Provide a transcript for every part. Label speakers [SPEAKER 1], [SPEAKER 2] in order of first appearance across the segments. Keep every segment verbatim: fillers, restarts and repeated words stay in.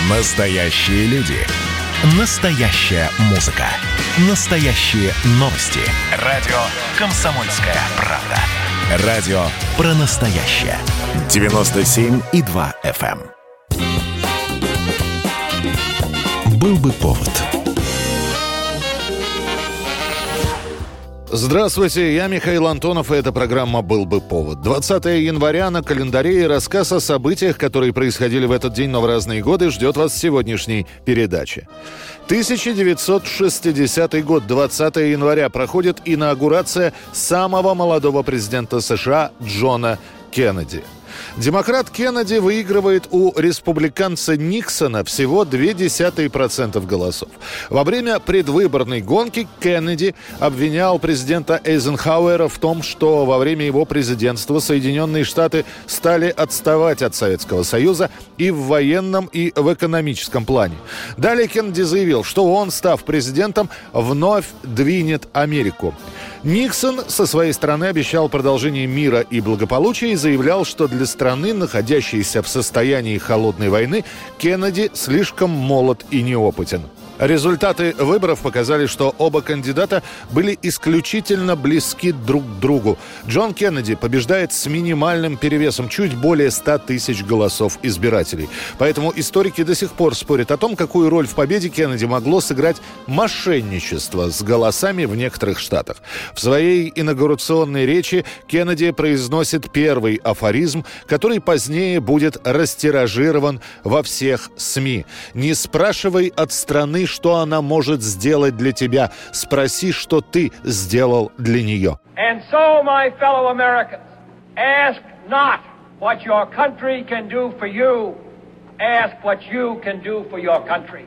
[SPEAKER 1] Настоящие люди. Настоящая музыка. Настоящие новости. Радио «Комсомольская правда». Радио про настоящее. девяносто семь и два эф эм. Был бы повод.
[SPEAKER 2] Здравствуйте, я Михаил Антонов, и эта программа «Был бы повод». двадцатого января на календаре, и рассказ о событиях, которые происходили в этот день, но в разные годы, ждет вас в сегодняшней передаче. тысяча девятьсот шестидесятый год, двадцатого января, проходит инаугурация самого молодого президента США Джона Кеннеди. Демократ Кеннеди выигрывает у республиканца Никсона всего ноль целых две десятых процента голосов. Во время предвыборной гонки Кеннеди обвинял президента Эйзенхауэра в том, что во время его президентства Соединенные Штаты стали отставать от Советского Союза и в военном, и в экономическом плане. Далее Кеннеди заявил, что он, став президентом, вновь двинет Америку. Никсон со своей стороны обещал продолжение мира и благополучия и заявлял, что для страны, находящейся в состоянии холодной войны, Кеннеди слишком молод и неопытен. Результаты выборов показали, что оба кандидата были исключительно близки друг к другу. Джон Кеннеди побеждает с минимальным перевесом, чуть более ста тысяч голосов избирателей. Поэтому историки до сих пор спорят о том, какую роль в победе Кеннеди могло сыграть мошенничество с голосами в некоторых штатах. В своей инаугурационной речи Кеннеди произносит первый афоризм, который позднее будет растиражирован во всех СМИ. «Не спрашивай от страны, что она может сделать для тебя. Спроси, что ты сделал для нее».
[SPEAKER 3] And so, my fellow Americans, ask not what your country can do for you. Ask what you can do for your country.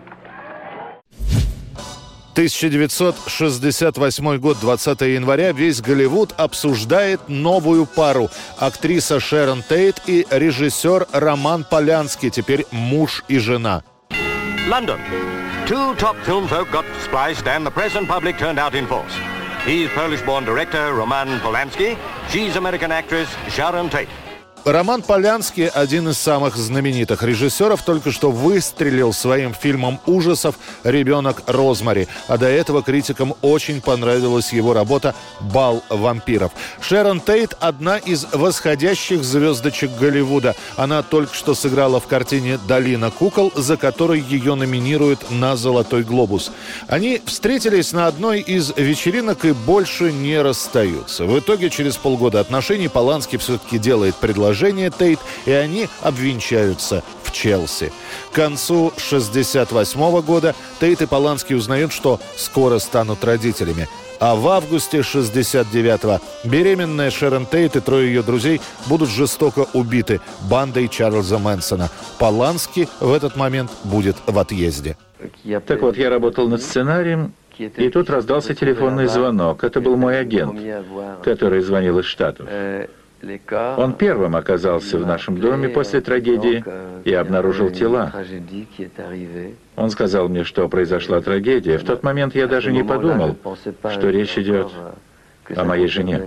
[SPEAKER 2] тысяча девятьсот шестьдесят восьмой год, двадцатого января, весь Голливуд обсуждает новую пару. Актриса Шерон Тейт и режиссер Роман Полански, теперь муж и жена.
[SPEAKER 4] London. Two top film folk got spliced and the press and public turned out in force. He's Polish-born director Roman Polanski. She's American actress Sharon Tate.
[SPEAKER 2] Роман Полански, один из самых знаменитых режиссеров, только что выстрелил своим фильмом ужасов «Ребенок Розмари», а до этого критикам очень понравилась его работа «Бал вампиров». Шерон Тейт – одна из восходящих звездочек Голливуда. Она только что сыграла в картине «Долина кукол», за которой ее номинируют на «Золотой глобус». Они встретились на одной из вечеринок и больше не расстаются. В итоге через полгода отношений Полански все-таки делает предложение Тейт, и они обвенчаются в Челси. К концу шестьдесят восьмого года Тейт и Полански узнают, что скоро станут родителями. А в августе шестьдесят девятого беременная Шерон Тейт и трое ее друзей будут жестоко убиты бандой Чарльза Мэнсона. Полански в этот момент будет в отъезде.
[SPEAKER 5] Так вот, я работал над сценарием, и тут раздался телефонный звонок. Это был мой агент, который звонил из Штатов. Он первым оказался в нашем доме после трагедии и обнаружил тела. Он сказал мне, что произошла трагедия. В тот момент я даже не подумал, что речь идет о моей жене.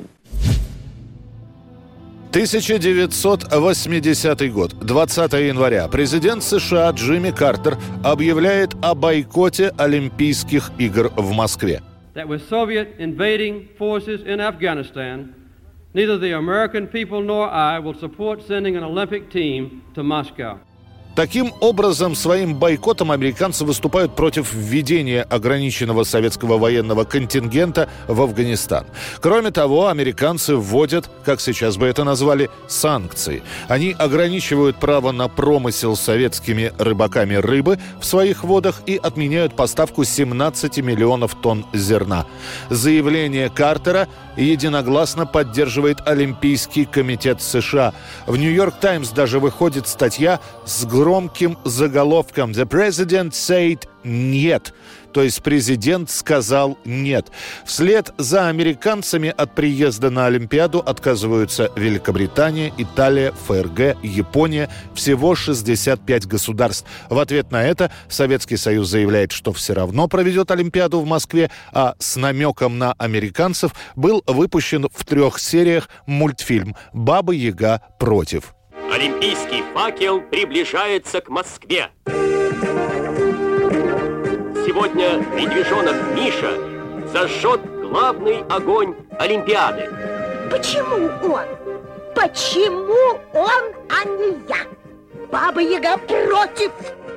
[SPEAKER 2] тысяча девятьсот восьмидесятый год, двадцатого января. Президент США Джимми Картер объявляет о бойкоте Олимпийских игр в Москве.
[SPEAKER 6] Neither the American people nor I will support sending an Olympic team to Moscow.
[SPEAKER 2] Таким образом, своим бойкотом американцы выступают против введения ограниченного советского военного контингента в Афганистан. Кроме того, американцы вводят, как сейчас бы это назвали, санкции. Они ограничивают право на промысел советскими рыбаками рыбы в своих водах и отменяют поставку семнадцати миллионов тонн зерна. Заявление Картера единогласно поддерживает Олимпийский комитет США. В «Нью-Йорк Таймс» даже выходит статья с громким заголовком «The President said нет». То есть президент сказал «нет». Вслед за американцами от приезда на Олимпиаду отказываются Великобритания, Италия, ФРГ, Япония. Всего шестьдесят пять государств. В ответ на это Советский Союз заявляет, что все равно проведет Олимпиаду в Москве, а с намеком на американцев был выпущен в трех сериях мультфильм «Баба Яга против».
[SPEAKER 7] Олимпийский факел приближается к Москве. сегодня медвежонок Миша зажжет главный огонь Олимпиады.
[SPEAKER 8] Почему он? Почему он, а не я? Баба-Яга против.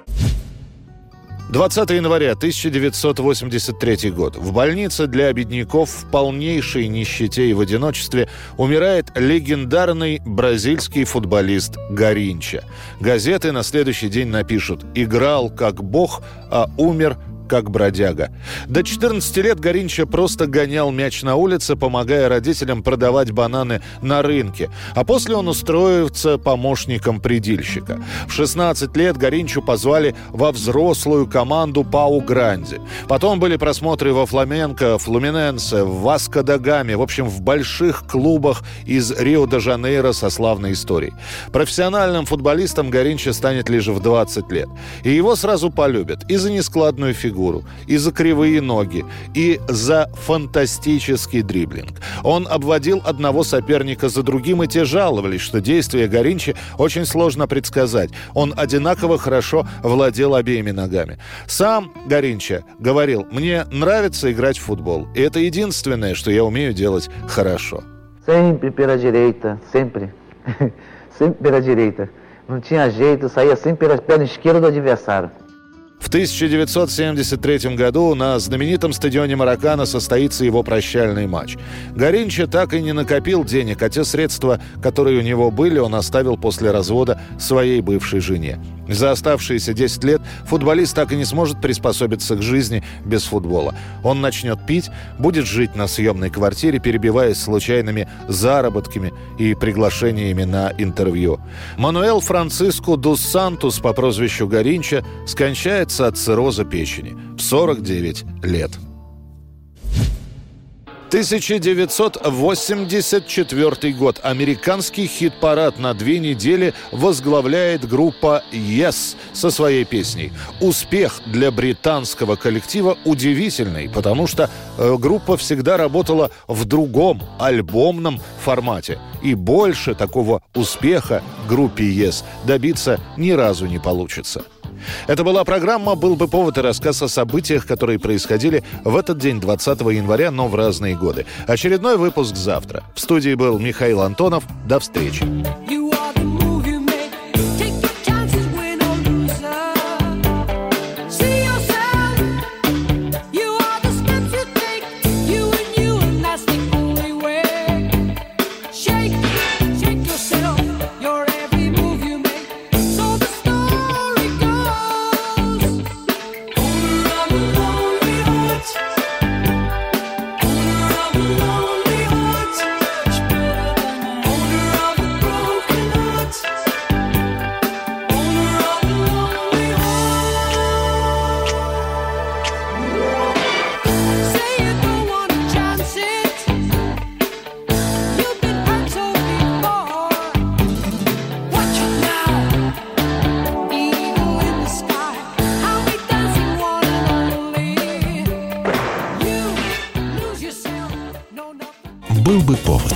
[SPEAKER 2] двадцатого января тысяча девятьсот восемьдесят третий год. В больнице для бедняков в полнейшей нищете и в одиночестве умирает легендарный бразильский футболист Гаринча. Газеты на следующий день напишут: «Играл как бог, а умер как бродяга». До четырнадцати лет Гаринча просто гонял мяч на улице, помогая родителям продавать бананы на рынке. А после он устроился помощником предильщика. В шестнадцать лет Гаринчу позвали во взрослую команду Пау Гранди. Потом были просмотры во Фламенко, Флуминенсе, в Васко да Гаме, в общем, в больших клубах из Рио-де-Жанейро со славной историей. Профессиональным футболистом Гаринча станет лишь в двадцать лет. И его сразу полюбят и за нескладную фигуру, и за кривые ноги, и за фантастический дриблинг. Он обводил одного соперника за другим, и те жаловались, что действия Гаринчи очень сложно предсказать. Он одинаково хорошо владел обеими ногами. Сам Гаринча говорил: «Мне нравится играть в футбол, и это единственное, что я умею делать хорошо».
[SPEAKER 9] Sempre pela direita, sempre. Sempre pela direita. Não tinha jeito, saía sempre pela perna esquerda do adversário.
[SPEAKER 2] В тысяча девятьсот семьдесят третьем году на знаменитом стадионе Маракана состоится его прощальный матч. Гаринча так и не накопил денег, а те средства, которые у него были, он оставил после развода своей бывшей жене. За оставшиеся десять лет футболист так и не сможет приспособиться к жизни без футбола. Он начнет пить, будет жить на съемной квартире, перебиваясь случайными заработками и приглашениями на интервью. Мануэл Франциско дус Сантус по прозвищу Гаринча скончается от цирроза печени в сорок девять лет. тысяча девятьсот восемьдесят четвертый год. Американский хит-парад на две недели возглавляет группа Yes со своей песней. Успех для британского коллектива удивительный, потому что э, группа всегда работала в другом альбомном формате. И больше такого успеха группе Yes добиться ни разу не получится. Это была программа «Был бы повод» и рассказ о событиях, которые происходили в этот день, двадцатого января, но в разные годы. Очередной выпуск завтра. В студии был Михаил Антонов. До встречи.
[SPEAKER 1] «Был бы повод».